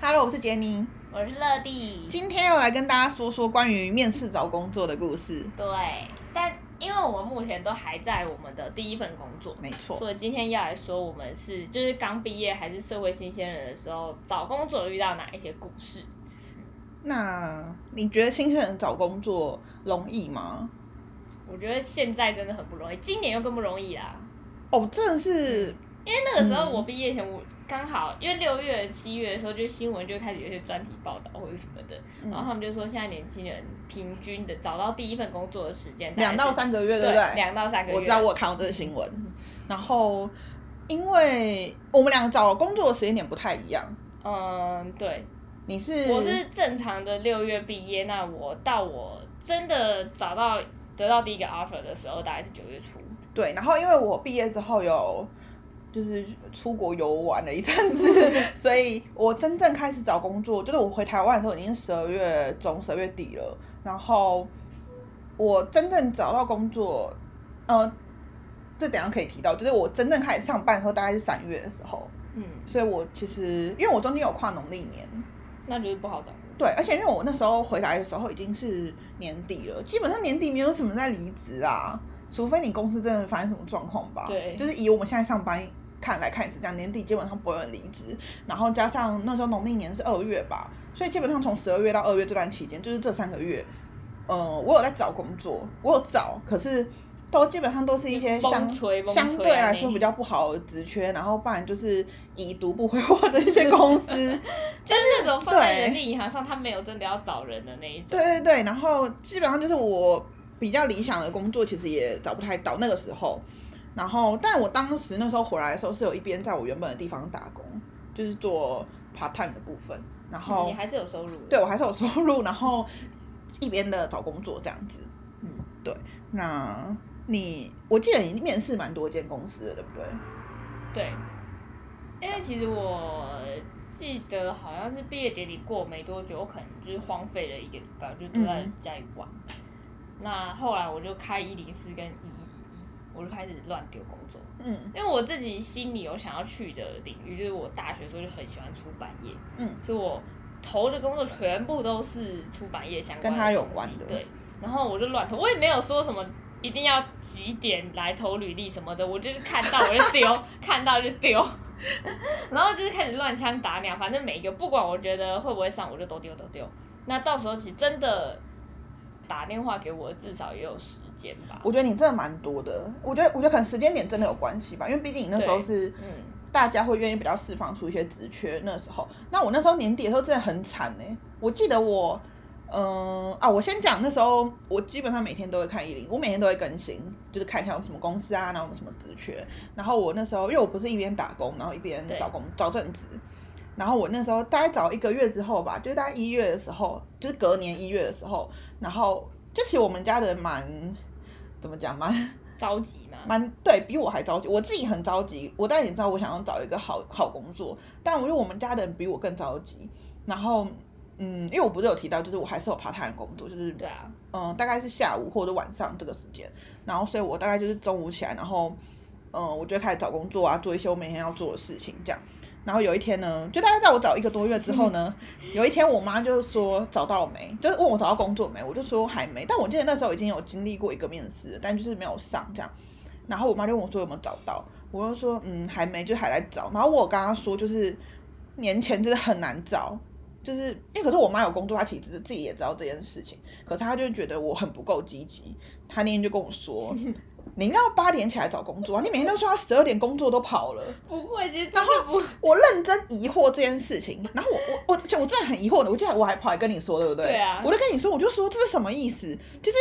Hello，我是杰尼， 我是乐蒂。 今天要来跟大家说说关于面试找工作的故事。 对，但因为我们目前都还在我们的第一份工作， 没错， 所以今天要来说我们就是刚毕业还是社会新鲜人的时候找工作遇到哪一些故事。那你觉得新鲜人找工作容易吗？ 我觉得现在真的很不容易，今年又更不容易啦。 哦，真的是。 因为那个时候我毕业前，我刚好因为6月、7月的时候，就新闻就开始有一些专题报道或者什么的，然后他们就说现在年轻人平均的找到第一份工作的时间 2到3个月，对不对 ？2到3个月。 我知道，我有看到这个新闻。然后，因为我们两个找工作的时间点不太一样。 对。 我是正常的6月毕业，那我真的得到第一个 offer 的时候，大概是9月初。 对，然后因为我毕业之后就是出国游玩了一阵子，所以我真正开始找工作，就是我回台湾的时候已经是12月中、12月底了。然后我真正找到工作，这等一下可以提到，就是我真正开始上班的时候大概是3月的时候。所以我其实因为我中间有跨农历年， 那就是不好找。 对，而且因为我那时候回来的时候已经是年底了，基本上年底没有什么在离职啊，除非你公司真的发生什么状况吧。 对， 就是以我们现在上班来看是这样，年底基本上不会有人离职，然后加上那时候农历年是2月吧，所以基本上从12月到2月这段期间，就是这3个月，我有在找工作，我有找，可是基本上都是一些相对来说比较不好的职缺，然后不然就是已读不回我的一些公司， 就是那种放在人力银行上，他没有真的要找人的那一种。 对，然后基本上就是我比较理想的工作，其实也找不太到那个时候。然后，但我当时那时候回来的时候，是有一边在我原本的地方打工，就是做 part time 的部分。然后你还是有收入的。 对，我还是有收入，然后一边的找工作这样子。对。那我记得你面试蛮多间公司的，对不对？ 对，因为其实我记得好像是毕业典礼过没多久，我可能就是荒废了1个礼拜，就都在家里玩。那后来我就开104跟111，我就开始乱丢工作。因为我自己心里有想要去的领域，就是我大学的时候就很喜欢出版业。所以我投的工作全部都是出版业相关的跟他有关的。 对，然后我就乱投，我也没有说什么一定要几点来投履历什么的，我就是看到我就丢，看到就丢，然后就是开始乱枪打鸟，反正每一个不管我觉得会不会上，我就都丢。那到时候其实真的打电话给我，至少也有时间吧。 我觉得你真的蛮多的，我觉得可能时间点真的有关系吧，因为毕竟你那时候是大家会愿意比较释放出一些职缺那时候。那我那时候年底的时候真的很惨欸，我记得我先讲那时候我基本上每天都会看104，我每天都会更新，就是看一下有什么公司啊，然后有什么职缺。然后我那时候因为我不是一边打工然后一边找正职，然后我那时候大概找1个月之后吧，就是大概1月的时候，就是隔年1月的时候，然后就其实我们家的人怎么讲蛮着急嘛， 对，比我还着急，我自己很着急，我当然也知道我想要找一个好工作，但因为我们家的人比我更着急，然后因为我不是有提到，就是我还是有 part time 工作，就是对啊， 大概是下午或者晚上这个时间，然后所以我大概就是中午起来，然后我就开始找工作啊，做一些我每天要做的事情这样。然后有一天呢，就大概在我找1个多月之后呢，有一天我妈就说找到没，就是问我找到工作没，我就说还没。但我记得那时候已经有经历过1个面试，但就是没有上这样。然后我妈就问我说有没有找到，我就说还没，就还在找。然后我跟她说，就是年前真的很难找，就是因为可是我妈有工作，她其实自己也知道这件事情，可是她就觉得我很不够积极。她那天就跟我说。你应该要8点起来找工作啊！你每天都说要12点工作都跑了， 不会，其实然后我认真疑惑这件事情，然后我真的很疑惑的，我记得我还跑来跟你说，对不对？ 对啊， 我就跟你说，我就说这是什么意思？就是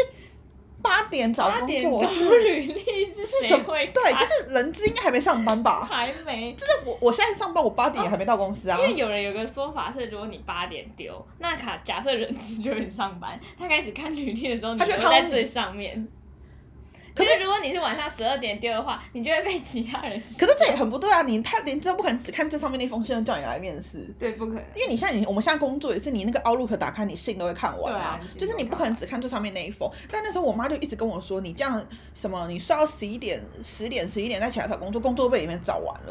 8点找工作， 8点投履历是谁会？ 对，就是人资应该还没上班吧？ 还没， 就是我现在上班，我8点也还没到公司啊。 因为有人有个说法是，如果你8点丢，那假设人资就会上班，他开始看履历的时候，你就在最上面。可是如果你是晚上12点丢的话，你就会被其他人。 可是这也很不对啊！他连这不可能只看这上面那封信就叫你来面试。 对，不可能。 因为我们现在工作也是，你那个 Outlook 打开，你信都会看完啊。就是你不可能只看最上面那一封。但那时候我妈就一直跟我说，你这样什么，你睡到10点、11点再起来找工作，工作被里面找完了。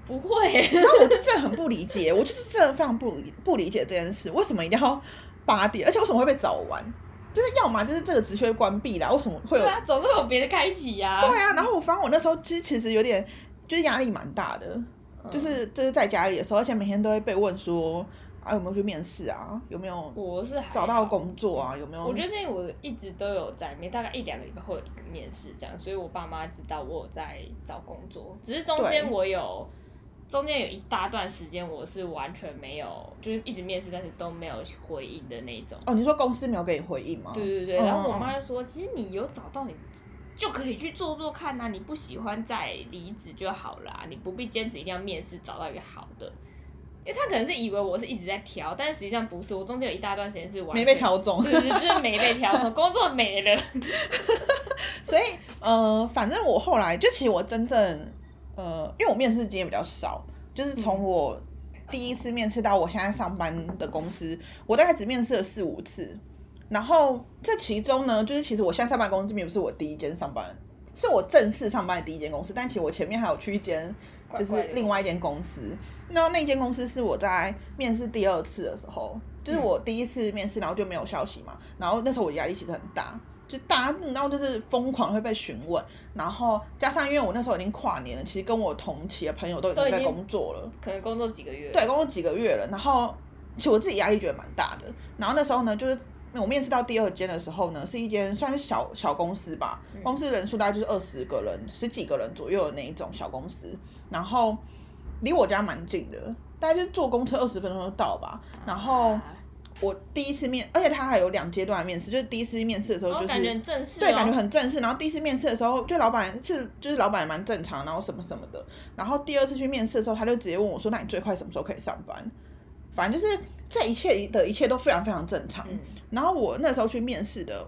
不会。 然后我就真的很不理解，我就是真的非常不理解这件事，为什么一定要8点，而且为什么会被早完？就是要么就是这个职缺关闭啦，为什么会有？ 对啊，总是有别的开启呀。 对啊，然后我发现我那时候其实有点就是压力蛮大的，就是在家里的时候，而且每天都会被问说啊有没有去面试啊，有没有我是找到工作啊，有没有？ 我觉得因为我一直都有在大概1-2个礼拜会有一个面试这样，所以我爸妈知道我有在找工作，只是中间有一大段时间我是完全没有，就是一直面试，但是都没有回应的那种。 哦，你说公司没有给你回应吗？ 对对对，然后我妈就说，其实你有找到你就可以去做做看啊，你不喜欢再离职就好啦，你不必坚持一定要面试找到一个好的。因为他可能是以为我是一直在挑，但是实际上不是，我中间有一大段时间是完全没被挑中， 对，就是没被挑中，工作没了。 所以反正我后来就其实我真正因为我面试经验比较少，就是从我第一次面试到我现在上班的公司，我大概只面试了4-5次。然后这其中呢，就是其实我现在上班公司并不是我第一间上班，是我正式上班的第一间公司，但其实我前面还有去一间就是另外一间公司。那间公司是我在面试第2次的时候，就是我第一次面试然后就没有消息嘛，然后那时候我压力其实很大，就大家然后就是疯狂会被询问，然后加上因为我那时候已经跨年了，其实跟我同期的朋友都已经在工作了， 可能工作几个月， 对，工作几个月了，然后其实我自己压力觉得蛮大的。然后那时候呢，就是我面试到第2间的时候呢，是一间算是小公司吧，公司人数大概就是20个人、10几个人左右的那一种小公司，然后离我家蛮近的，大概就是坐公车20分钟就到吧。然后我第一次而且他还有2阶段的面试，就是第一次面试的时候就是、 感觉很正式， 对，感觉很正式。然后第一次面试的时候，就老板也蛮正常，然后什么什么的。然后第2次去面试的时候，他就直接问我说：“那你最快什么时候可以上班？”反正就是这一切都非常非常正常。然后我那时候去面试的，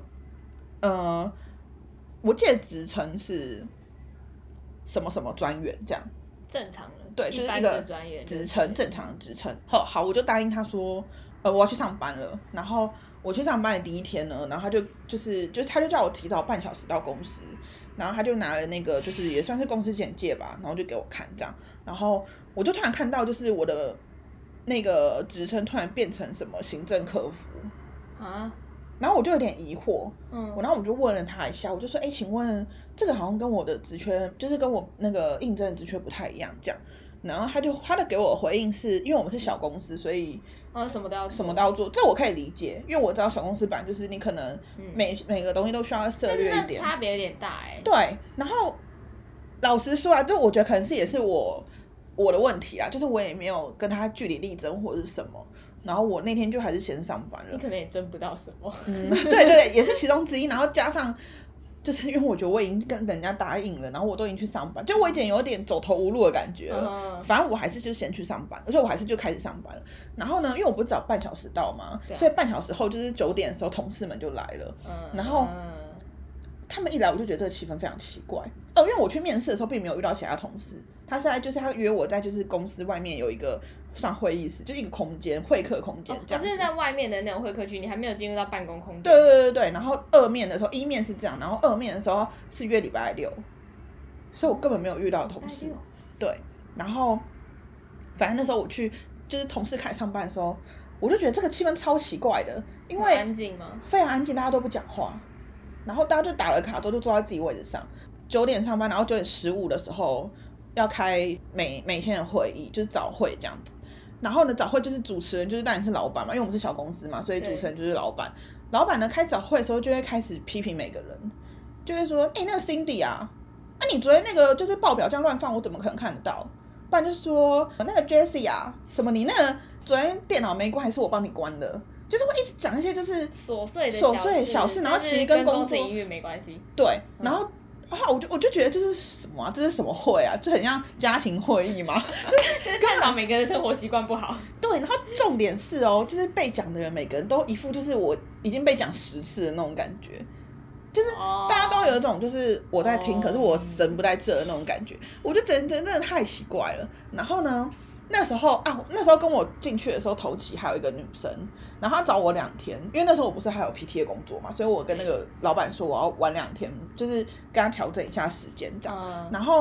我记得职称是什么什么专员这样， 正常的， 对，就是一个职称，正常的职称。好，我就答应他说，我要去上班了。然后我去上班的第1天呢，然后他就叫我提早半小时到公司，然后他就拿了那个就是也算是公司简介吧，然后就给我看这样，然后我就突然看到就是我的那个职称突然变成什么行政客服啊。然后我就有点疑惑，然后我就问了他一下，我就说，请问这个好像跟我的职缺，就是跟我那个应征的职缺不太一样，这样。然后他的给我的回应是，因为我们是小公司，所以什么都要做，这我可以理解，因为我知道小公司本来就是你可能每个东西都需要涉略一点， 差别有点大对，然后老实说啊，就我觉得可能也是我的问题啦，就是我也没有跟他据理力争或者是什么。然后我那天就还是先上班了， 你可能也争不到什么， 对，也是其中之一。然后加上就是因为我觉得我已经跟人家答应了，然后我都已经去上班，就我已经有点走投无路的感觉了。反正我还是就先去上班，而且我还是就开始上班了。然后呢，因为我不是早半小时到嘛，所以半小时后就是9点的时候，同事们就来了。然后他们一来，我就觉得这个气氛非常奇怪因为我去面试的时候并没有遇到其他同事，他约我在就是公司外面有一个算会议室，就是一个空间，会客空间这样子。 是在外面的那种会客区，你还没有进入到办公空间。 对。然后2面的时候，1面是这样，然后2面的时候是约礼拜6，所以我根本没有遇到同事。对，然后反正那时候我去，就是同事开始上班的时候，我就觉得这个气氛超奇怪的，因为安静吗？ 非常安静，大家都不讲话，然后大家就打了卡之后就坐在自己位置上。9点上班，然后9点15的时候要开每天的会议，就是早会这样子。然后呢，早会就是主持人就是当然是老板嘛，因为我们是小公司嘛，所以主持人就是老板。老板呢开早会的时候就会开始批评每个人，就会说，那个 Cindy 啊，你昨天那个就是报表这样乱放，我怎么可能看得到？不然就说那个 Jessie 啊，什么你那个昨天电脑没关，还是我帮你关的，就是会一直讲一些就是琐碎的小事，然后其实跟工作营运没关系。 对，然后。我就觉得这是什么啊？这是什么会啊？就很像家庭会议嘛， 就是探讨每个人的生活习惯不好。 对，然后重点是就是被讲的人每个人都一副就是我已经被讲10次的那种感觉，就是大家都有一种就是我在听，可是我人不在这的那种感觉，我就真的太奇怪了。然后呢？那时候跟我进去的时候，头期还有一个女生，然后她找我2天，因为那时候我不是还有 PT 的工作嘛，所以我跟那个老板说我要晚2天，就是跟他调整一下时间这样。然后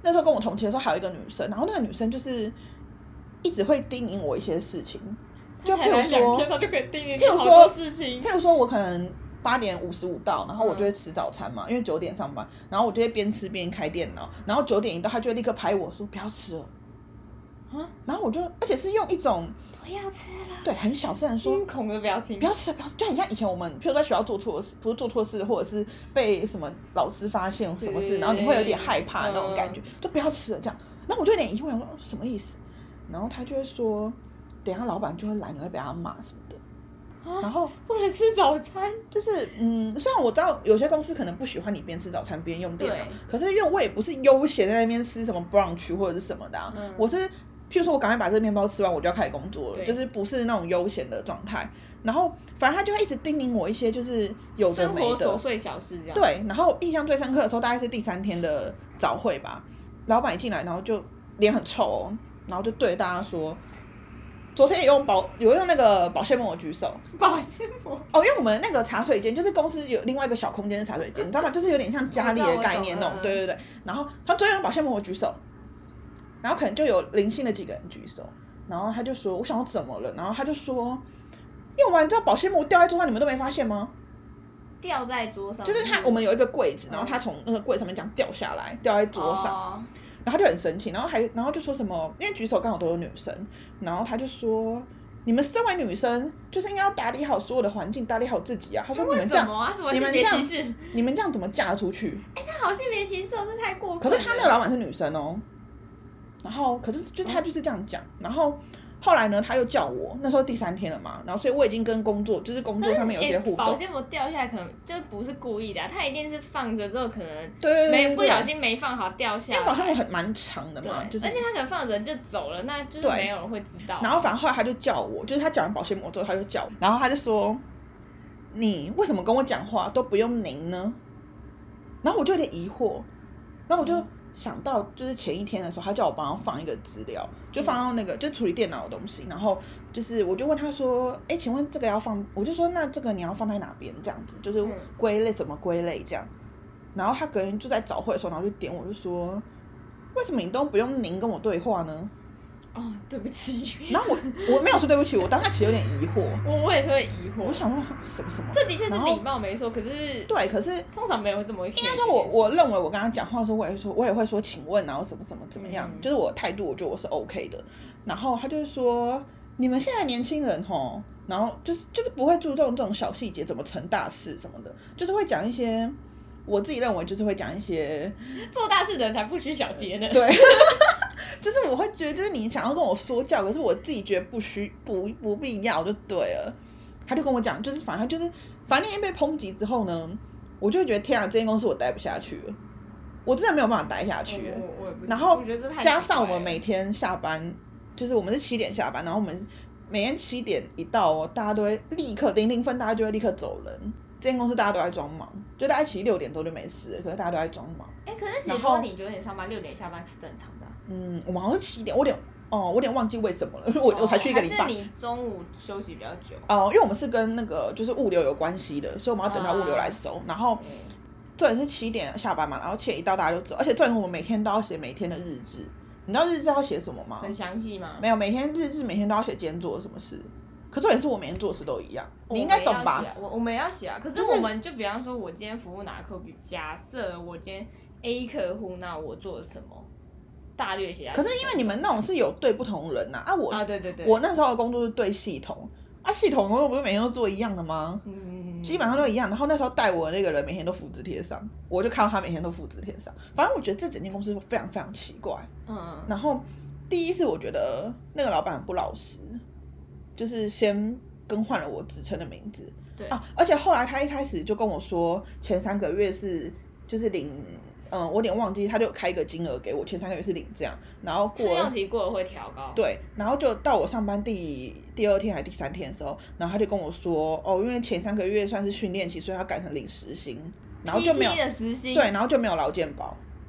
那时候跟我同期的时候还有一个女生，然后那个女生就是一直会叮咛我一些事情，就譬如说，譬如说我可能8:55到，然后我就会吃早餐嘛，因为9点上班，然后我就会边吃边开电脑，然后9点一到，他就会立刻拍我说不要吃了，然后我就，而且是用一种不要吃了， 对，很小声的说， 惊恐的表情， 不要吃，就很像以前我们，譬如在学校做错事，不是做错事，或者是被什么老师发现什么事，然后你会有点害怕那种感觉，就不要吃了这样。然后我就有点疑惑，我说什么意思？然后他就会说，等一下老板就会来，你会被他骂什么的。然后不能吃早餐， 就是虽然我知道有些公司可能不喜欢你边吃早餐边用电脑，可是因为我也不是悠闲在那边吃什么 brunch 或者是什么的我是譬如说我赶快把这个面包吃完，我就要开始工作了，就是不是那种悠闲的状态。然后反正他就会一直叮咛我一些就是有的没的生活琐碎小事这样。 对，然后印象最深刻的时候大概是第3天的早会吧，老板一进来，然后就脸很臭然后就对大家说。昨天有用那个保鲜膜举手， 保鲜膜因为我们那个茶水间就是公司有另外一个小空间是茶水间，你知道吗？就是有点像家里的概念那种，对。然后他昨天用保鲜膜举手，然后可能就有零星的几个人举手，然后他就说：“我想要怎么了？”然后他就说：“用完之后保鲜膜掉在桌上，你们都没发现吗？” 掉在桌上， 就是我们有一个柜子，然后他从那个柜上面这样掉下来，掉在桌上。然后他就很生气，然后就说什么，因为举手刚好都有女生，然后他就说，你们身为女生，就是应该要打理好所有的环境，打理好自己啊。他说你们这样，你们这样怎么嫁出去？ 他好性别歧视这太过分了。 可是他那个老板是女生然后可是他就是这样讲，然后。后来呢，他又叫我，那时候第3天了嘛，然后所以我已经跟工作上面有些互动。 保鲜膜掉下来可能就不是故意的他一定是放着之后可能对不小心没放好掉下来。 因为保鲜膜蛮长的嘛，就是而且他可能放着人就走了，那就是没有人会知道。 然后反正后来他就叫我，就是他讲完保鲜膜之后他就叫我，然后他就说：“你为什么跟我讲话都不用您呢？”然后我就有点疑惑，然后我就。想到就是前一天的时候，他叫我帮他放一个资料，就放到那个就处理电脑的东西，然后就是我就问他说，请问这个要放？我就说那这个你要放在哪边？这样子就是归类怎么归类这样。然后他隔天就在早会的时候，然后就点我就说，为什么你都不用您跟我对话呢？ 对不起。 然后我没有说对不起，我当下其实有点疑惑。 我也是会疑惑。 我想说什么？ 这的确是礼貌没错，可是对，可是通常没有会这么。应该说我认为我跟他讲话的时候，我也会说请问，然后什么怎么样，就是我态度我觉得我是 OK 的。然后他就说你们现在年轻人然后就是不会注重这种小细节，怎么成大事什么的，就是会讲一些。我自己认为就是会讲一些做大事的人才不需小节呢。 对，就是我会觉得，就是你想要跟我说教，可是我自己觉得不必要就对了。他就跟我讲，就是反正那天被抨击之后呢，我就会觉得天啊，这间公司我待不下去了，我真的没有办法待下去了。 我也不然后加上我们每天下班，就是我们是7点下班，然后我们每天7点一到大家都会立刻00分，大家就会立刻走人。这间公司大家都在装忙，就大家其实6点多就没事了，可是大家都在装忙。 可是其实如果你9点上班，6点下班是正常的。 我们好像是7点，我有点忘记为什么了，因为我才去1个礼拜。 还是你中午休息比较久？ 因为我们是跟那个就是物流有关系的，所以我们要等到物流来收。然后重点是7点下班嘛，然后7点一到大家就走，而且重点我们每天都要写每天的日志。你知道日志要写什么吗？ 很详细吗？ 没有，每天日志每天都要写今天做了什么事。可重点是我每天做的事都一样，你应该懂吧？ 我们也要写啊，可是我们就比方说，我今天服务哪个客户，假设我今天 A 客户，那我做了什么，大略写。 可是因为你们那种是有对不同人对， 我那时候的工作是对系统系统工作不是每天都做一样的吗？基本上都一样。然后那时候带我的那个人每天都复制贴上，我就看到他每天都复制贴上。反正我觉得这整间公司非常非常奇怪。然后第一是我觉得那个老板很不老实。就是先更换了我职称的名字， 对而且后来他一开始就跟我说前3个月就是领，我有点忘记，他就开一个金额给我，前3个月是领这样，然后试用期过了会调高， 对，然后就到我上班第2天还是第3天的时候，然后他就跟我说，因为前3个月算是训练期，所以他改成领时薪，然后就没有的时薪， 对，然后就没有劳健保。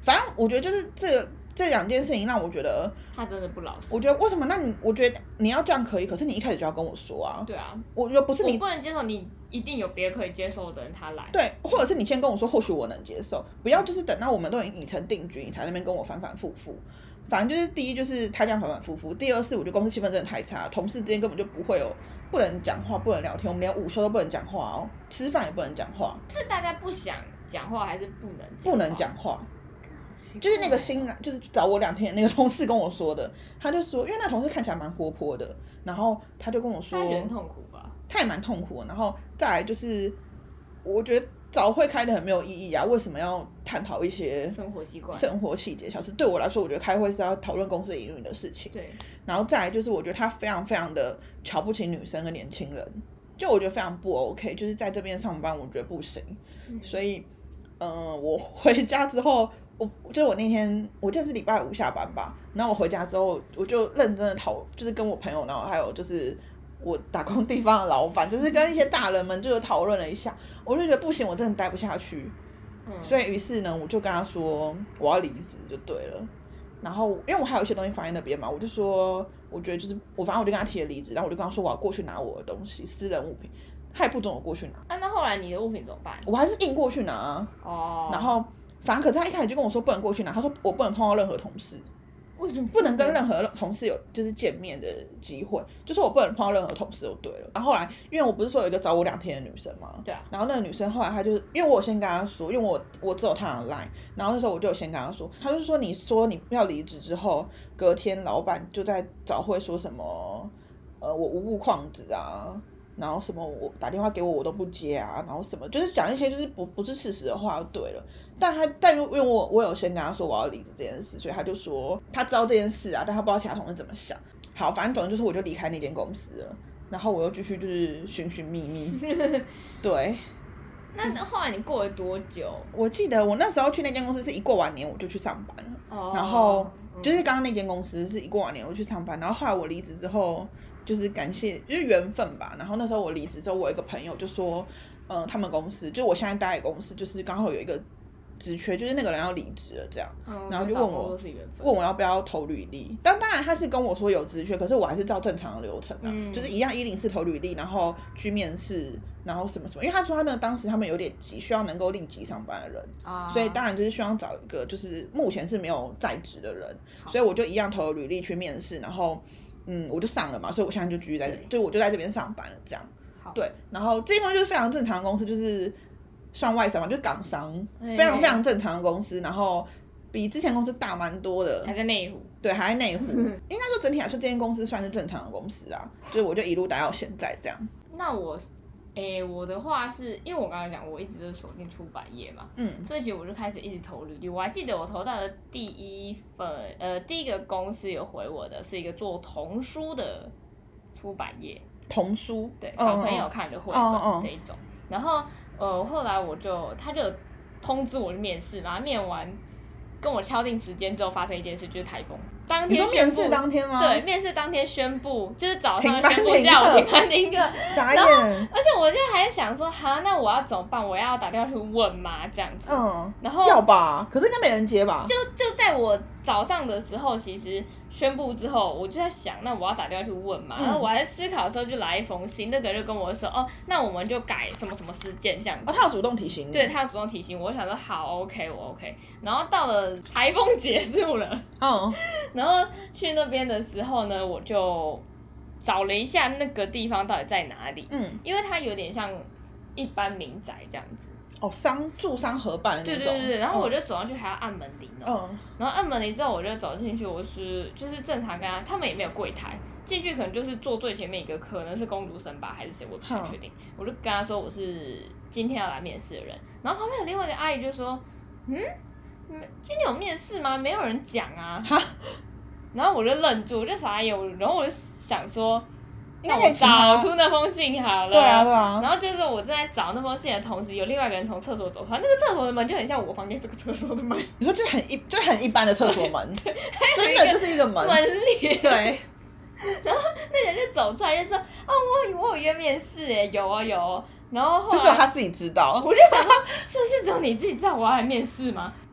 反正我觉得就是这2件事情让我觉得他真的不老实。 我觉得为什么？我觉得你要这样可以，可是你一开始就要跟我说啊。 对啊， 我觉得不是你， 我不能接受，你一定有别的可以接受的人他来。 对，或者是你先跟我说，或许我能接受，不要就是等到我们都已成定局，你才在那边跟我反反复复。反正就是第一就是他这样反反复复，第二是我觉得公司气氛真的太差，同事之间根本就不能讲话，不能聊天，我们连午休都不能讲话哦，吃饭也不能讲话。 是大家不想讲话还是不能讲话？ 不能讲话。就是那个就是找我2天的那个同事跟我说的，他就说，因为那同事看起来蛮活泼的，然后他就跟我说， 他觉得很痛苦吧？ 他也蛮痛苦的。然后再来就是，我觉得早会开得很没有意义啊，为什么要探讨一些生活习惯、 生活细节小事？对我来说，我觉得开会是要讨论公司营运的事情。 对。 然后再来就是，我觉得他非常非常的瞧不起女生跟年轻人，就我觉得非常不 OK，就是在这边上班，我觉得不行。所以，我回家之后。我那天我记得是礼拜5下班吧，然后我回家之后我就认真的就是跟我朋友，然后还有就是我打工地方的老板，就是跟一些大人们就讨论了一下，我就觉得不行，我真的待不下去，所以于是呢，我就跟他说我要离职就对了。然后因为我还有一些东西放在那边嘛，我就说我觉得就是反正我就跟他提了离职，然后我就跟他说我要过去拿我的东西，私人物品，他也不准我过去拿。 那后来你的物品怎么办？ 我还是硬过去拿。哦。然后。反正可是他一开始就跟我说不能过去拿，他说我不能碰到任何同事， 为什么不能跟任何同事有就是见面的机会，就是我不能碰到任何同事就对了。然后后来因为我不是说有一个找我2天的女生嘛， 对啊， 然后那个女生后来她就是因为我先跟她说，因为我只有她的 line， 然后那时候我就有先跟她说，她就说你说你要离职之后，隔天老板就在早会说什么我无故旷职啊。然后什么我打电话给我都不接啊，然后什么就是讲一些就是不是事实的话就对了。但因为我有先跟他说我要离职这件事，所以他就说他知道这件事啊，但他不知道其他同事怎么想。好，反正总之就是我就离开那间公司了，然后我又继续就是寻寻觅觅。对。 那后来你过了多久？ 我记得我那时候去那间公司是一过完年我就去上班了，然后就是刚刚那间公司是一过完年我就去上班，然后后来我离职之后。就是感谢，就是缘分吧。然后那时候我离职之后，我有一个朋友就说，他们公司，就是我现在待的公司，就是刚好有一个职缺，就是那个人要离职了这样，然后就问我要不要投履历。当然他是跟我说有职缺，可是我还是照正常的流程啊，就是一样104投履历，然后去面试，然后什么什么。因为他说他们当时他们有点急，需要能够立即上班的人，所以当然就是希望找一个就是目前是没有在职的人，所以我就一样投了履历去面试，然后。我就上了嘛，所以我现在就继续在这里，就我就在这边上班了，这样。对，然后这间公司就是非常正常的公司，就是算外商嘛，就是港商，非常非常正常的公司，然后比之前公司大蛮多的。 还在内湖。 对，还在内湖。应该说整体来说，这间公司算是正常的公司啦，就是我就一路待到现在这样。 那我的话是因为我刚刚讲我一直都锁定出版业嘛，所以其实我就开始一直投履历。我还记得我投到的第一个公司有回我的是一个做童书的出版业， 童书对小朋友看的绘本这一种。然后后来他就通知我去面试，然后面完跟我敲定时间之后，发生一件事，就是台风。当天你说面试当天吗？ 对，面试当天宣布，就是早上宣布，下午停班停课， 傻眼。 而且我就还在想说，哈，那我要怎么办？我要打电话去问吗？这样子。然后要吧，可是应该没人接吧？ 就在我早上的时候，其实宣布之后，我就在想，那我要打电话去问嘛。然后我还在思考的时候，就来一封信，那个人就跟我说，那我们就改什么什么时间这样子。 他有主动提醒你？ 对，他有主动提醒我。我想说，好 ，OK， 我 OK。然后到了台风结束了，然后去那边的时候呢，我就找了一下那个地方到底在哪里。因为它有点像一般民宅这样子。 住商合办的那种。 对，然后我就走上去还要按门铃然后按门铃之后我就走进去，就是正常跟他们也没有柜台，进去可能就是坐最前面一个，可能是工读生吧还是谁，我不太确定。我就跟他说我是今天要来面试的人，然后旁边有另外一个阿姨就说，今天有面试吗？没有人讲啊。然后我就愣住，我就傻眼，然后我就想说。那我找出那封信好了。 对啊。 然后就是我在找那封信的同时，有另外一个人从厕所走出来，那个厕所的门就很像我房间这个厕所的门。 你说就很一般的厕所门，真的就是一个门帘。 对。 然后那个人就走出来就说：“我有约面试耶，有哦。”然后后来就只有他自己知道。 我就想说，是只有你自己知道我要来面试吗？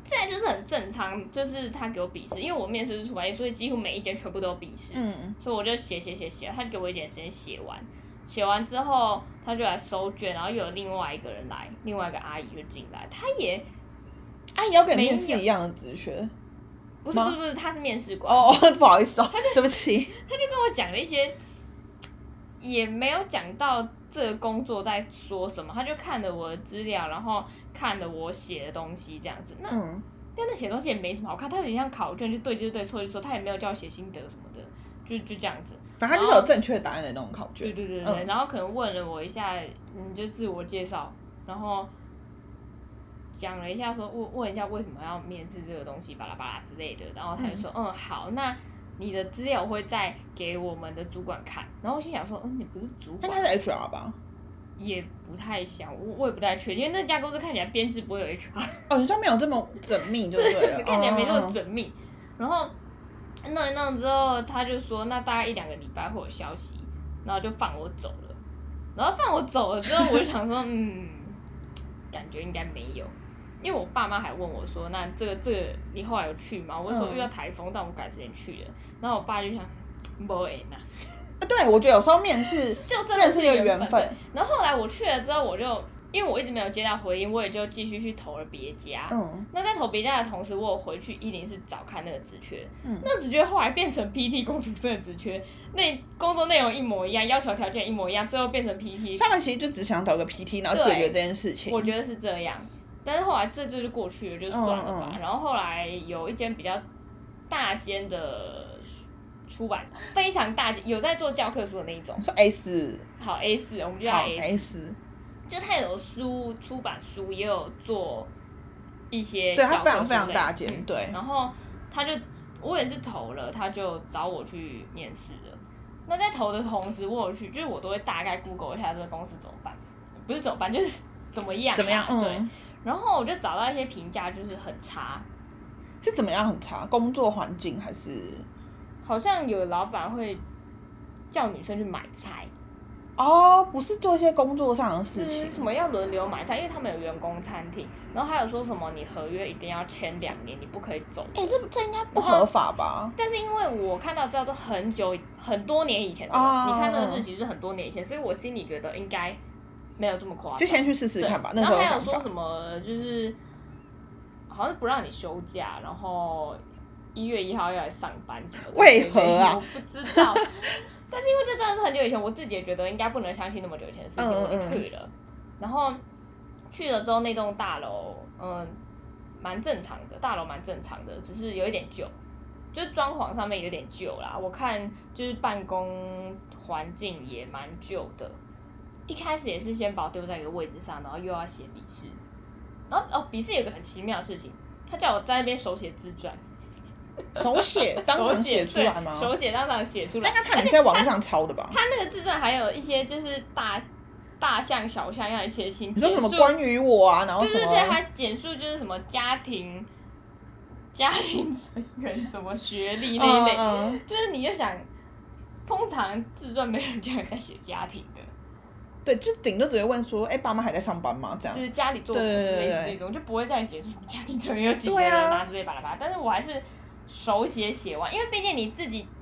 再来就是很正常，就是他给我笔试，因为我面试是出版业，所以几乎每一间全部都有笔试，所以我就写，他就给我一点时间写完。写完之后，他就来收卷，然后又有另外一个人来，另外一个阿姨就进来，他也阿姨要跟你面试一样的职缺， 不是，他是面试官。 哦，不好意思哦，对不起。 他就跟我讲了一些，也没有讲到这个工作在说什么，他就看了我的资料，然后看了我写的东西这样子。但那写东西也没什么好看，他有点像考卷，就对就是对，错就是错，他也没有叫我写心得什么的，就这样子。 反正他就是有正确答案的那种考卷。 对，然后可能问了我一下，就自我介绍，然后讲了一下说问一下为什么要面试这个东西，巴拉巴拉之类的，然后他就说好，那你的资料我会再给我们的主管看，然后我心想说你不是主管， 应该是 HR 吧？ 也不太像，我也不太确定，因为那家公司看起来编制不会有 HR。 哦，你说没有这么缜密就对了， 看起来没这么缜密。然后弄一弄之后，他就说那大概1-2个礼拜会有消息，然后就放我走了。然后放我走了之后，我就想说感觉应该没有。因为我爸妈还问我说，那这个你后来有去吗？我说遇到台风，但我赶时间去了。然后我爸就想，不会呢。 对，我觉得有时候面试就真的是一个缘分。 然后后来我去了之后，我就因为我一直没有接到回应，我也就继续去投了别家。那在投别家的同时，我有回去104找看那个职缺。那职缺后来变成 PT 工读生的职缺，那工作内容一模一样，要求条件一模一样，最后变成 PT。 他们其实就只想找个 PT， 然后解决这件事情。 我觉得是这样，但是后来这就过去了，就算了吧。然后后来有一间比较大间的出版，非常大间，有在做教科书的那一种。 说 A4。 好 A4，我们就叫 A4。 就他有出版书，也有做一些对， 教科书类。 他非常非常大间，对。 然后我也是投了，他就找我去面试了。那在投的同时，我有去，就是我都会大概 Google 一下这个公司怎么办，不是怎么办，就是怎么样。对。然后我就找到一些评价，就是很差。 是怎么样很差？工作环境还是？ 好像有老板会叫女生去买菜。 哦，不是做一些工作上的事情。 什么要轮流买菜，因为他们有员工餐厅，然后还有说什么你合约一定要签2年，你不可以走。 这应该不合法吧？ 但是因为我看到资料都很多年以前的，你看那个日期是很多年以前，所以我心里觉得应该没有这么夸张。 就先去试试看吧。 然后还有说什么就是好像是不让你休假，然后1月1号要来上班什么的。 为何啊？ 我不知道。但是因为这真的是很久以前，我自己也觉得应该不能相信那么久以前的事情，我就去了。然后去了之后，那栋大楼蛮正常的，大楼蛮正常的，只是有一点旧，就是装潢上面有点旧啦。我看就是办公环境也蛮旧的。一开始也是先把我丢在一个位置上，然后又要写笔试。然后笔试有个很奇妙的事情，他叫我在那边手写自传。 手写当场写出来吗？ 手写当场写出来。 但他怕你是在网络上抄的吧？ 他那个自传还有一些就是大项小项要一些新。 你说什么关于我啊？然后什么？ 对，还简述就是什么家庭成员什么学历那一类，就是你就想，通常自传没人叫人在写家庭的。 对，就顶多只会问说，爸妈还在上班吗？这样。 就是家里做什么之类的这种，就不会叫你解释什么家庭成员有几个人啊之类巴拉巴拉。但是我还是手写完，因为毕竟你自己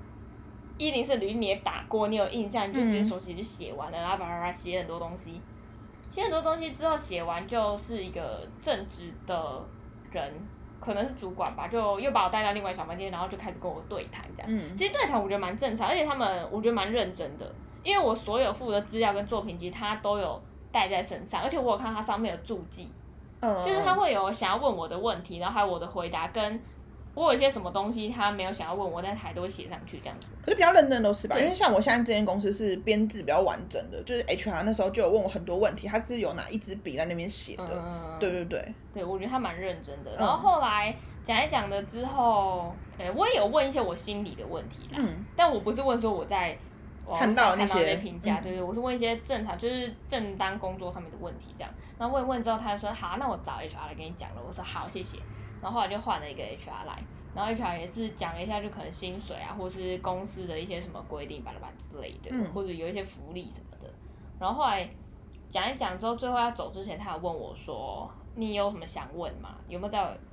104履历你也打过，你有印象，你就直接手写就写完了，然后巴拉巴拉写很多东西，之后写完就是一个正直的人，可能是主管吧，就又把我带到另外小房间，然后就开始跟我对谈这样。其实对谈我觉得蛮正常，而且他们我觉得蛮认真的。因为我所有附的资料跟作品集他都有带在身上，而且我有看他上面有注记，就是他会有想要问我的问题，然后还有我的回答，跟我有些什么东西他没有想要问我，但是他都会写上去这样子。 可是比较认真都是吧？因为像我现在这间公司是编制比较完整的，就是 HR 那时候就有问我很多问题，他是有拿一支笔在那边写的。对。 对，我觉得他蛮认真的。然后后来讲一讲的之后，我也有问一些我心里的问题啦，但我不是问说我在。 看到那些评价，对，我是问一些正常，就是正当工作上面的问题这样。然后问之后，他就说好，那我找 HR 来跟你讲了。我说好，谢谢。然后后来就换了一个 HR 来，然后 HR 也是讲了一下，就可能薪水啊，或是公司的一些什么规定巴拉巴拉之类的，或者有一些福利什么的。然后后来讲一讲之后，最后要走之前，他有问我说：“你有什么想问吗？有没有在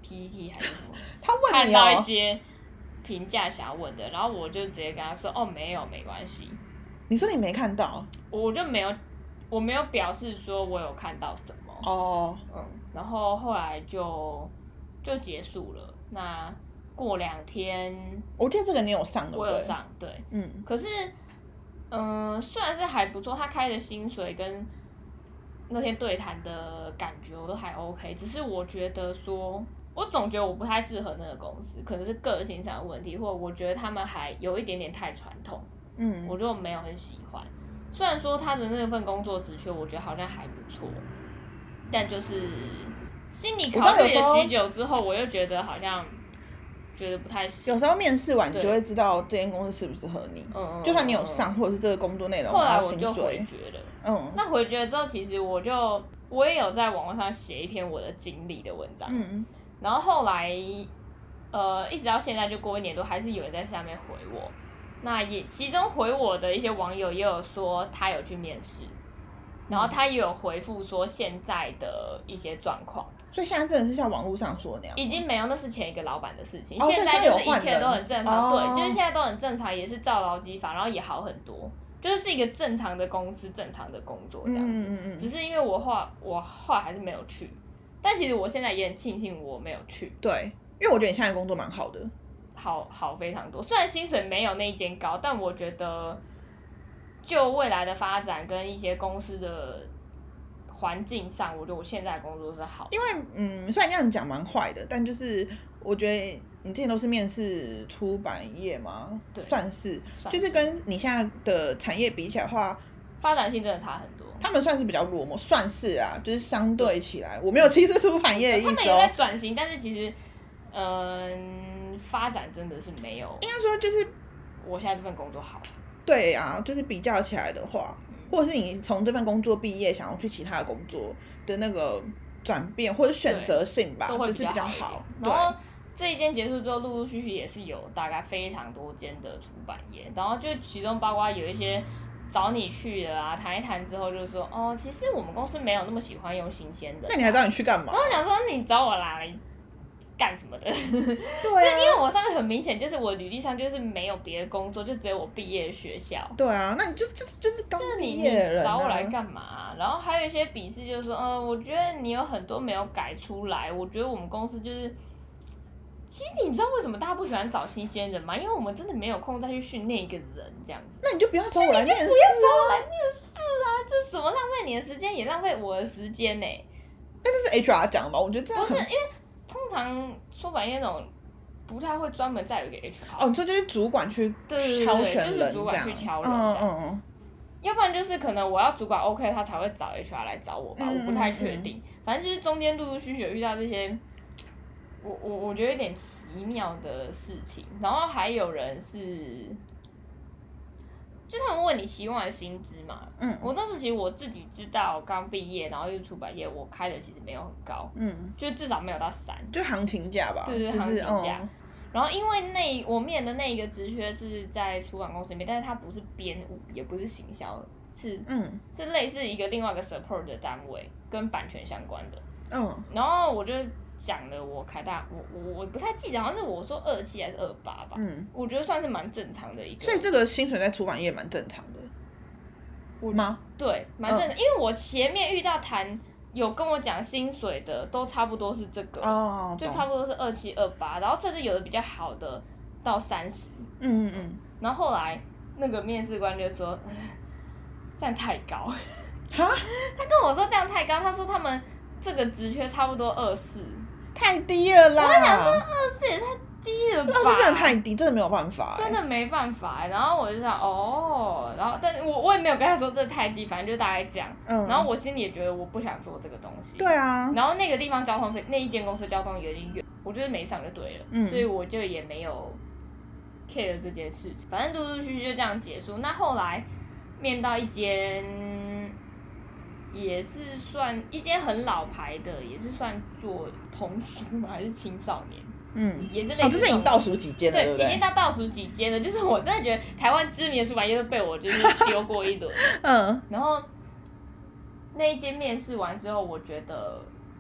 PTT 还是什么， 他问看你哦， 到一些评价想要问的，然后我就直接跟他说哦没有没关系， 你说你没看到我就没有表示说我有看到什么， 哦， 然后后来就结束了。那过2天， 我记得这个你有上的， 我有上，对，可是虽然是还不错，他开的薪水跟那天对谈的感觉我都还 OK， 只是我觉得说，我总觉得我不太适合那个公司，可能是个性上的问题，或者我觉得他们还有一点点太传统，我就没有很喜欢。虽然说他的那份工作职缺，我觉得好像还不错，但就是心里考虑了许久之后，我又觉得好像觉得不太行。 有时候面试完你就会知道这间公司适不适合你，就算你有上或者是这个工作内容， 后来我就回绝了。那回绝了之后，其实我也有在网络上写一篇我的经历的文章，然后后来一直到现在就过1年多，还是有人在下面回我。那也其中回我的一些网友也有说他有去面试，然后他也有回复说现在的一些状况。 所以现在真的是像网络上说的那样？ 已经没有，那是前一个老板的事情。现在就是一切都很正常，对，就是现在都很正常，也是照劳基法，然后也好很多，就是一个正常的公司、正常的工作这样子。只是因为我后来还是没有去，但其实我现在也很庆幸我没有去。 对，因为我觉得你现在工作蛮好的。 好非常多，虽然薪水没有那一间高，但我觉得就未来的发展跟一些公司的环境上，我觉得我现在的工作是好的。 因为虽然这样讲蛮坏的，但就是我觉得你之前都是面试出版业嘛， 对， 算是就是跟你现在的产业比起来的话， 发展性真的差很多。 他们算是比较弱嘛，算是啊，就是相对起来，我没有歧视出版业的意思哦。 他们也在转型，但是其实发展真的是没有， 应该说就是我现在这份工作好。 对啊，就是比较起来的话，或者是你从这份工作毕业想要去其他的工作的那个转变或者选择性吧，就是比较好。 然后这一间结束之后，陆陆续续也是有大概非常多间的出版业，然后就其中包括有一些找你去了啊，谈一谈之后就是说，哦，其实我们公司没有那么喜欢用新鲜的。 那你还找你去干嘛？ 然后我想说，你找我来干什么的？ 对啊， 因为我上面很明显就是我履历上就是没有别的工作，就只有我毕业的学校。 对啊，那你就是刚毕业的人啊， 你找我来干嘛？然后还有一些笔试就是说，我觉得你有很多没有改出来，我觉得我们公司就是。其实你知道为什么大家不喜欢找新鲜人吗？因为我们真的没有空再去训练一个人这样子。 那你就不要找我来面试啊！ 不要找我来面试啊！这什么浪费你的时间，也浪费我的时间呢。 但这是 HR 讲的吧？我觉得这样不是，因为通常出版业那种不太会专门再有一个 HR。 哦，你说就是主管去挑选人， 就是主管去挑人这样。要不然就是可能我要主管 OK， 他才会找 HR 来找我吧，我不太确定。反正就是中间陆陆续续有遇到这些。我觉得有点奇妙的事情，然后还有人是，就他们问你期望的薪资嘛，我当时其实我自己知道，刚毕业，然后又是出版业，我开的其实没有很高，就至少没有到3， 就行情价吧， 对，行情价。然后因为我面的那一个职缺是在出版公司里面，但是它不是编务，也不是行销，是类似一个另外一个 support 的单位，跟版权相关的，然后我就。讲了我开大我不太记得，好像是我说27还是28吧，我觉得算是蛮正常的一个。 所以这个薪水在出版业蛮正常的，吗？ 对，蛮正常，因为我前面遇到有跟我讲薪水的，都差不多是这个，就差不多是27、28，然后甚至有的比较好的到30，然后后来那个面试官就说这样太高，他跟我说这样太高，他说他们这个职缺差不多24。 太低了啦！ 我想说24也太低了吧？24 真的太低，真的没有办法， 真的没办法。然后我就想，然后但我也没有跟他说这太低，反正就大概这样。然后我心里也觉得我不想做这个东西。 对啊。 然后那个地方交通那一间公司交通有点远，我觉得没上就对了，所以我就也没有 care 这件事情。反正陆陆续续就这样结束。那后来面到一间。也是算一间很老牌的，也是算做童书吗？还是青少年？也是类似。 这是已经倒数几间了，对不对？ 已经到倒数几间了。就是我真的觉得台湾知名的出版业都被我就是丢过一轮。然后那一间面试完之后，我觉得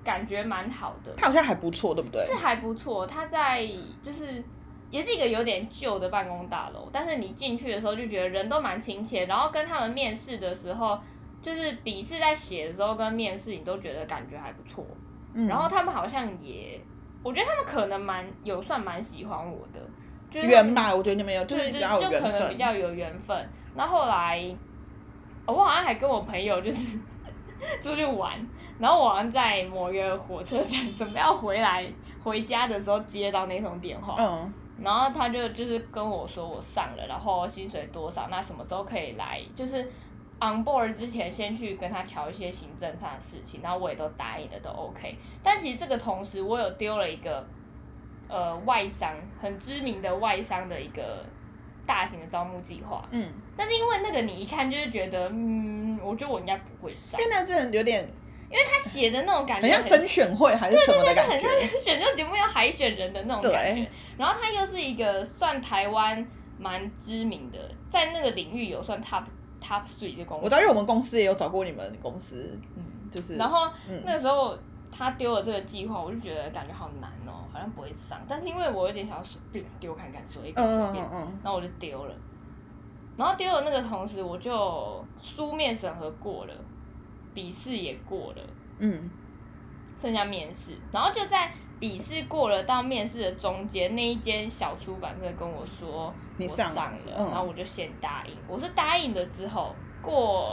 感觉蛮好的。 他好像还不错，对不对？ 是还不错，他在就是也是一个有点旧的办公大楼，但是你进去的时候就觉得人都蛮亲切，然后跟他们面试的时候，就是笔试在写的时候跟面试你都觉得感觉还不错。然后他们好像也，我觉得他们可能算蛮喜欢我的，就是缘吧，我觉得你们有就是对对， 比较有缘就可能比分。 较有缘分。然后后来，我好像还跟我朋友就是出去玩，然后我好像在某一个火车站准备要回家的时候接到那通电话，然后他就是跟我说我上了，然后薪水多少，那什么时候可以来，就是 on board 之前先去跟他瞧一些行政上的事情，然后我也都答应了，都 OK。但其实这个同时我有丢了一个外商很知名的外商的一个大型的招募计划，但是因为那个你一看就是觉得，我觉得我应该不会上， 因为那真的有点， 因为他写的那种感觉很像甄选会还是什么的感觉， 对，很像选秀节目要海选人的那种感觉。然后他又是一个算台湾蛮知名的，在那个领域有算 top 3的公司。 我知道，因为我们公司也有找过你们公司，就是。 然后那个时候他丢了这个计划，我就觉得感觉好难哦，好像不会上。但是因为我有点想要丢看看，随便，然后我就丢了。然后丢了那个同时，我就书面审核过了，笔试也过了，剩下面试。然后就在笔试过了到面试的中间，那一间小出版社跟我说我上了，然后我就先答应。我是答应了之后，过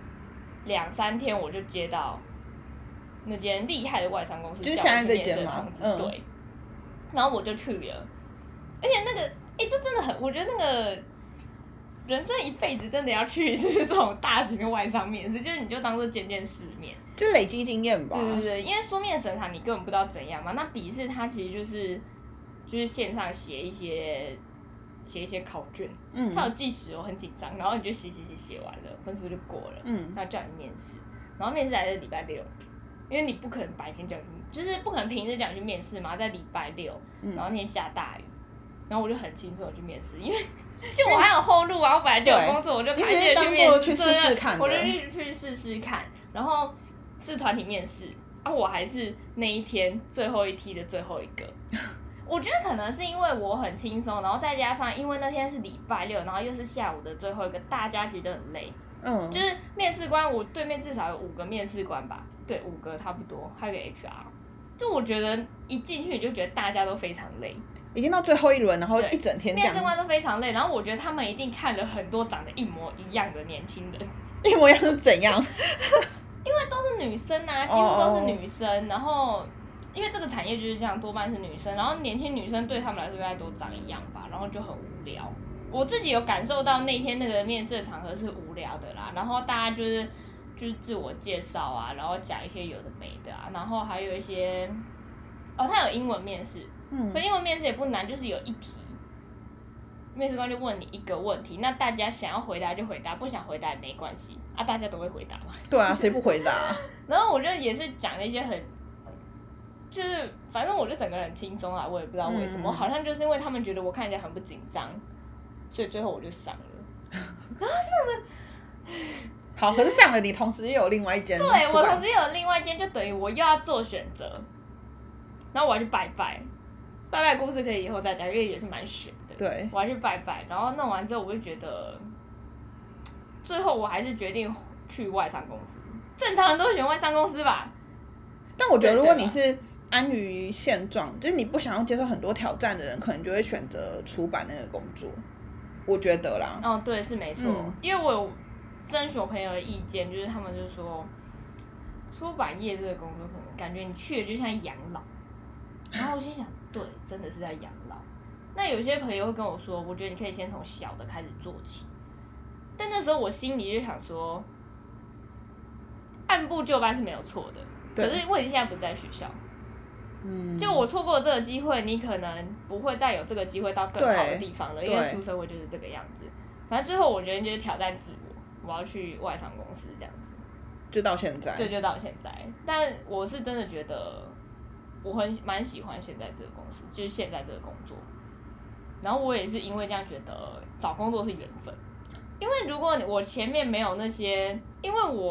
2-3天我就接到那间厉害的外商公司叫我去面试的通知，对，然后我就去了。而且那个，这真的很，我觉得那个人生一辈子真的要去一次这种大型的外商面试，就是你就当做见世面， 就累积经验吧。 对，因为书面审查你根本不知道怎样嘛，那笔试它其实就是线上写一些考卷，它有计时哦，很紧张，然后你就写完了，分数就过了，然后叫你面试，然后面试还是礼拜六，因为你不可能白天叫你，就是不可能平日叫你去面试嘛，在礼拜六，然后那天下大雨，然后我就很轻松的去面试，因为就我还有后路啊，我本来就有工作，我就排队去面试，我就去试试看，然后是团体面试啊，我还是那一天最后一梯的最后一个。我觉得可能是因为我很轻松，然后再加上因为那天是礼拜六，然后又是下午的最后一个，大家其实都很累。就是面试官，我对面至少有5个面试官吧，对，5个差不多，还有个 HR。就我觉得一进去你就觉得大家都非常累， 已经到最后一轮，然后一整天这样， 面试官都非常累，然后我觉得他们一定看了很多长得一模一样的年轻人。 一模一样是怎样？ 因为都是女生啊，几乎都是女生，然后因为这个产业就是这样，多半是女生，然后年轻女生对他们来说应该都长一样吧，然后就很无聊。我自己有感受到那天那个面试的场合是无聊的啦，然后大家就是自我介绍啊，然后讲一些有的没的啊，然后还有一些他有英文面试，可英文面试也不难，就是有一题，面试官就问你一个问题，那大家想要回答就回答，不想回答也没关系啊，大家都会回答嘛。 对啊，谁不回答？ 然后我就也是讲了一些很，就是反正我就整个人很轻松啦，我也不知道为什么，好像就是因为他们觉得我看起来很不紧张，所以最后我就上了。然后上了， 好，可是上了你同时又有另外一间， 对，我同时又有另外一间，就等于我又要做选择，然后我要去拜拜的故事可以以后再讲，因为也是蛮悬的。 对， 我要去拜拜，然后弄完之后我就觉得，最后我还是决定去外商公司。正常人都会选外商公司吧？ 但我觉得如果你是安于现状，就是你不想要接受很多挑战的人，可能就会选择出版那个工作。我觉得啦。 对，是没错，因为我有征询我朋友的意见，就是他们就说，出版业这个工作可能感觉你去了就像养老，然后我心想，对，真的是在养老。那有些朋友会跟我说，我觉得你可以先从小的开始做起，但那时候我心里就想说，按部就班是没有错的，可是问题现在不在学校。就我错过了这个机会，你可能不会再有这个机会到更好的地方了，因为出社会就是这个样子。反正最后我觉得就是挑战自我，我要去外商公司这样子。 就到现在。 对，就到现在。但我是真的觉得我蛮喜欢现在这个公司，就是现在这个工作。然后我也是因为这样觉得找工作是缘分，因为如果我前面没有那些，因为我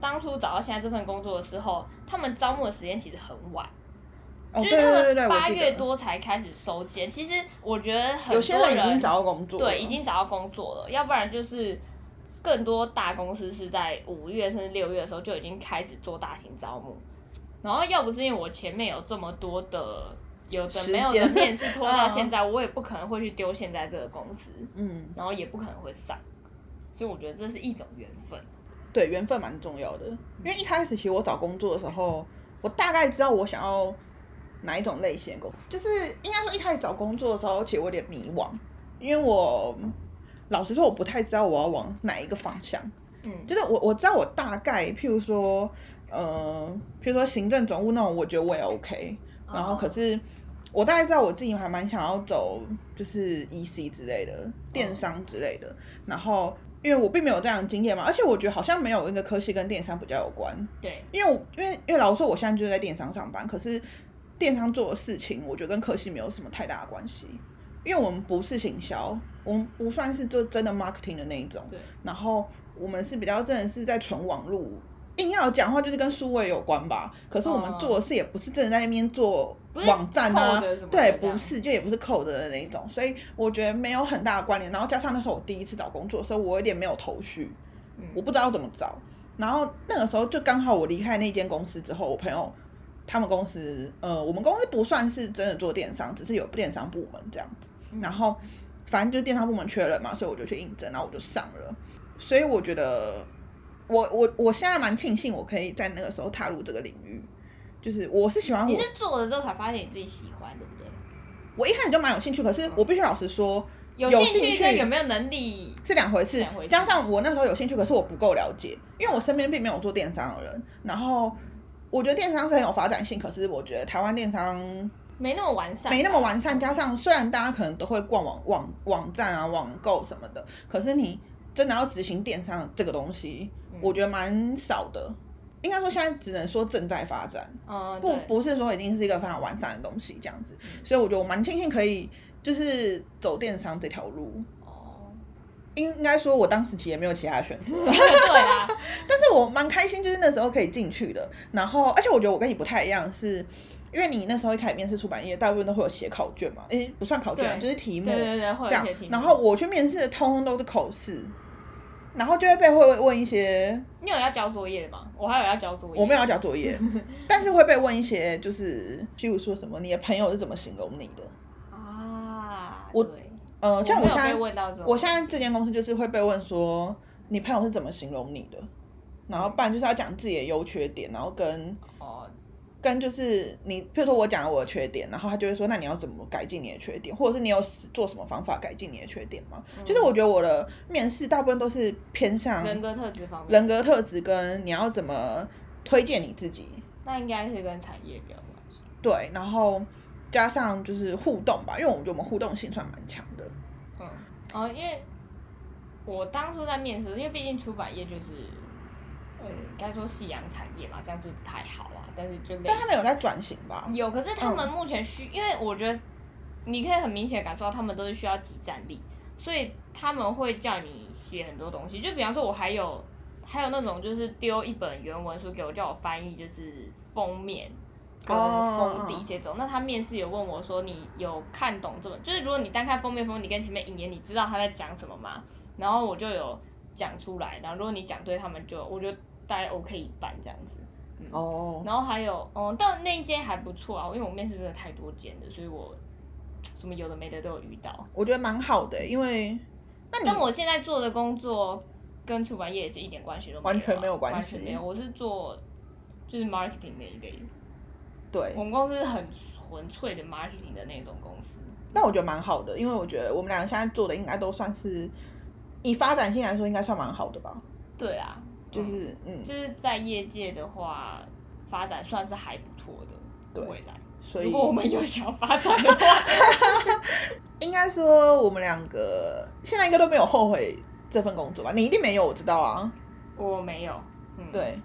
当初找到现在这份工作的时候，他们招募的时间其实很晚。 哦， 就是他们 8 月多才开始收件。其实我觉得很多有些人已经找到工作了， 对，已经找到工作了，要不然就是更多大公司是在5月甚至6月的时候就已经开始做大型招募。然后要不是因为我前面有这么多的有的没有的面试拖到现在，我也不可能会去丢现在这个公司，然后也不可能会上，所以我觉得这是一种缘分。 对，缘分蛮重要的，因为一开始其实我找工作的时候，我大概知道我想要哪一种类型的工作，就是应该说一开始找工作的时候，其实我有点迷惘，因为我老实说我不太知道我要往哪一个方向。就是我知道我大概，譬如说行政总务那种，我觉得我也 OK，然后可是我大概知道我自己还蛮想要走就是 EC 之类的电商之类的，然后因为我并没有这样的经验嘛，而且我觉得好像没有一个科系跟电商比较有关。 对， 因为老实说我现在就是在电商上班，可是电商做的事情我觉得跟科系没有什么太大的关系，因为我们不是行销，我们不算是就真的 marketing 的那一种， 对， 然后我们是比较真的是在纯网路，硬要讲话就是跟数位有关吧，可是我们做的事也不是真的在那边做网站啊，对，不是，就也不是 code 的那一种，所以我觉得没有很大的关联。然后加上那时候我第一次找工作的时候，我有点没有头绪，我不知道怎么找。然后那个时候就刚好我离开那间公司之后，我朋友他们公司，我们公司不算是真的做电商，只是有电商部门这样子。然后反正就是电商部门缺人嘛，所以我就去应征，然后我就上了。所以我觉得我现在蛮庆幸我可以在那个时候踏入这个领域，就是我是喜欢你是做了之后才发现你自己喜欢，对不对？ 我一开始就蛮有兴趣，可是我必须老实说， 有兴趣跟有没有能力是两回事。加上我那时候有兴趣，可是我不够了解，因为我身边并没有做电商的人。然后我觉得电商是很有发展性，可是我觉得台湾电商没那么完善， 加上虽然大家可能都会逛网站啊、网购什么的，可是你真的要执行电商这个东西，我觉得蛮少的。应该说现在只能说正在发展，不是说已经是一个非常完善的东西这样子。所以我觉得我蛮庆幸可以就是走电商这条路。应该说我当时其实也没有其他的选择， 对啊， 但是我蛮开心，就是那时候可以进去的。然后，而且我觉得我跟你不太一样，是因为你那时候一开始面试出版业，大部分都会有写考卷嘛，不算考卷，就是题目， 对，会有这样写题目。 然后我去面试的通通都是口试，然后就会问一些。 你有要交作业吗？我还有要交作业。 我没有要交作业，但是会被问一些，就是譬如说什么，你的朋友是怎么形容你的啊？ 像我现在这间公司就是会被问说，你朋友是怎么形容你的，然后不然就是要讲自己的优缺点，然后跟就是你，譬如说我讲了我的缺点，然后他就会说，那你要怎么改进你的缺点，或者是你有做什么方法改进你的缺点吗？就是我觉得我的面试大部分都是偏向人格特质方面， 人格特质跟你要怎么推荐你自己。 那应该是跟产业比较有关系。 对，然后加上就是互动吧，因为我觉得我们互动性算蛮强的。 因为我当初在面试，因为毕竟出版业就是该说夕阳产业嘛，这样子不太好啊。但他们有在转型吧？ 有，可是他们目前因为我觉得你可以很明显感受到他们都是需要即战力，所以他们会叫你写很多东西。就比方说，我还有那种就是丢一本原文书给我，叫我翻译，就是封面跟封底这种。那他面试有问我说，你有看懂这本？就是如果你单看封面你跟前面引言，你知道他在讲什么吗？然后我就有讲出来，然后如果你讲对，他们就我觉得大概 OK 一半这样子。然后还有但那一间还不错啊，因为我面试真的太多间了，所以我什么有的没的都有遇到。 我觉得蛮好的，因为但我现在做的工作跟出版业也是一点关系都没有， 完全没有关系， 完全没有。我是做就是 marketing 那一类， 对， 我们公司是很纯粹的 marketing 的那种公司。 那我觉得蛮好的，因为我觉得我们两个现在做的应该都算是以发展性来说，应该算蛮好的吧。 对啊。 就是就是在业界的话，发展算是还不错的未来。 所以如果我们有想要发展的话， 应该说我们两个现在应该都没有后悔这份工作吧？你一定没有，我知道啊。 我没有。 对，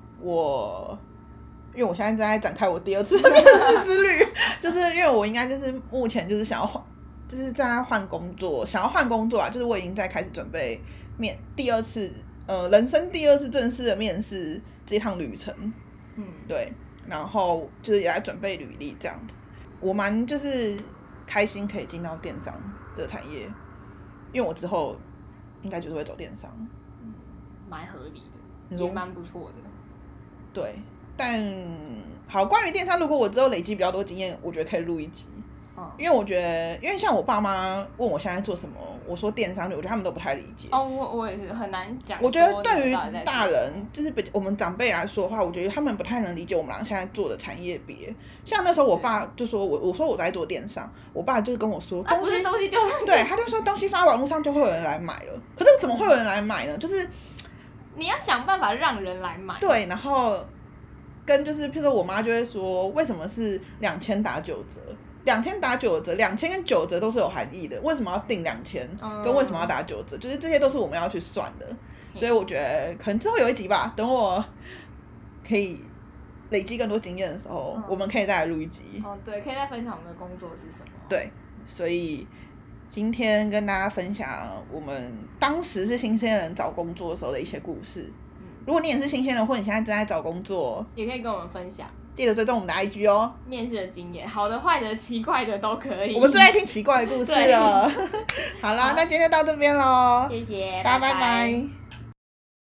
因为我现在正在展开我第二次面试之旅，就是因为我应该就是目前就是想要换，就是在换工作，想要换工作啊，就是我已经在开始准备第二次人生第2次正式的面试这趟旅程，对，然后就是也来准备履历这样子。我蛮就是开心可以进到电商这个产业，因为我之后应该就是会走电商， 蛮合理的，也蛮不错的。 对，但好，关于电商，如果我之后累积比较多经验，我觉得可以录一集。因为我觉得，因为像我爸妈问我现在做什么，我说电商，我觉得他们都不太理解。 我也是很难讲。 我觉得对于大人，就是我们长辈来说的话，我觉得他们不太能理解我们俩现在做的产业别。像那时候我爸就说我说我在做电商，我爸就是跟我说不是东西丢上去， 对，他就说东西发网络上就会有人来买了。可是怎么会有人来买呢？就是你要想办法让人来买。 对，然后跟就是譬如说我妈就会说，为什么是2000打9折？2000打9折，2000跟9折都是有含义的。为什么要定2000？跟为什么要打9折？就是这些都是我们要去算的。所以我觉得可能之后有一集吧，等我可以累积更多经验的时候，我们可以再来录一集。 对，可以再分享我们的工作是什么。 对，所以今天跟大家分享我们当时是新鲜人找工作的时候的一些故事。如果你也是新鲜人，或者你现在正在找工作， 也可以跟我们分享。 记得追踪我们的 IG 哦。 面试的经验，好的、坏的、奇怪的都可以。 我们最爱听奇怪的故事了。好啦，那今天就到这边咯。 谢谢， 大家拜拜。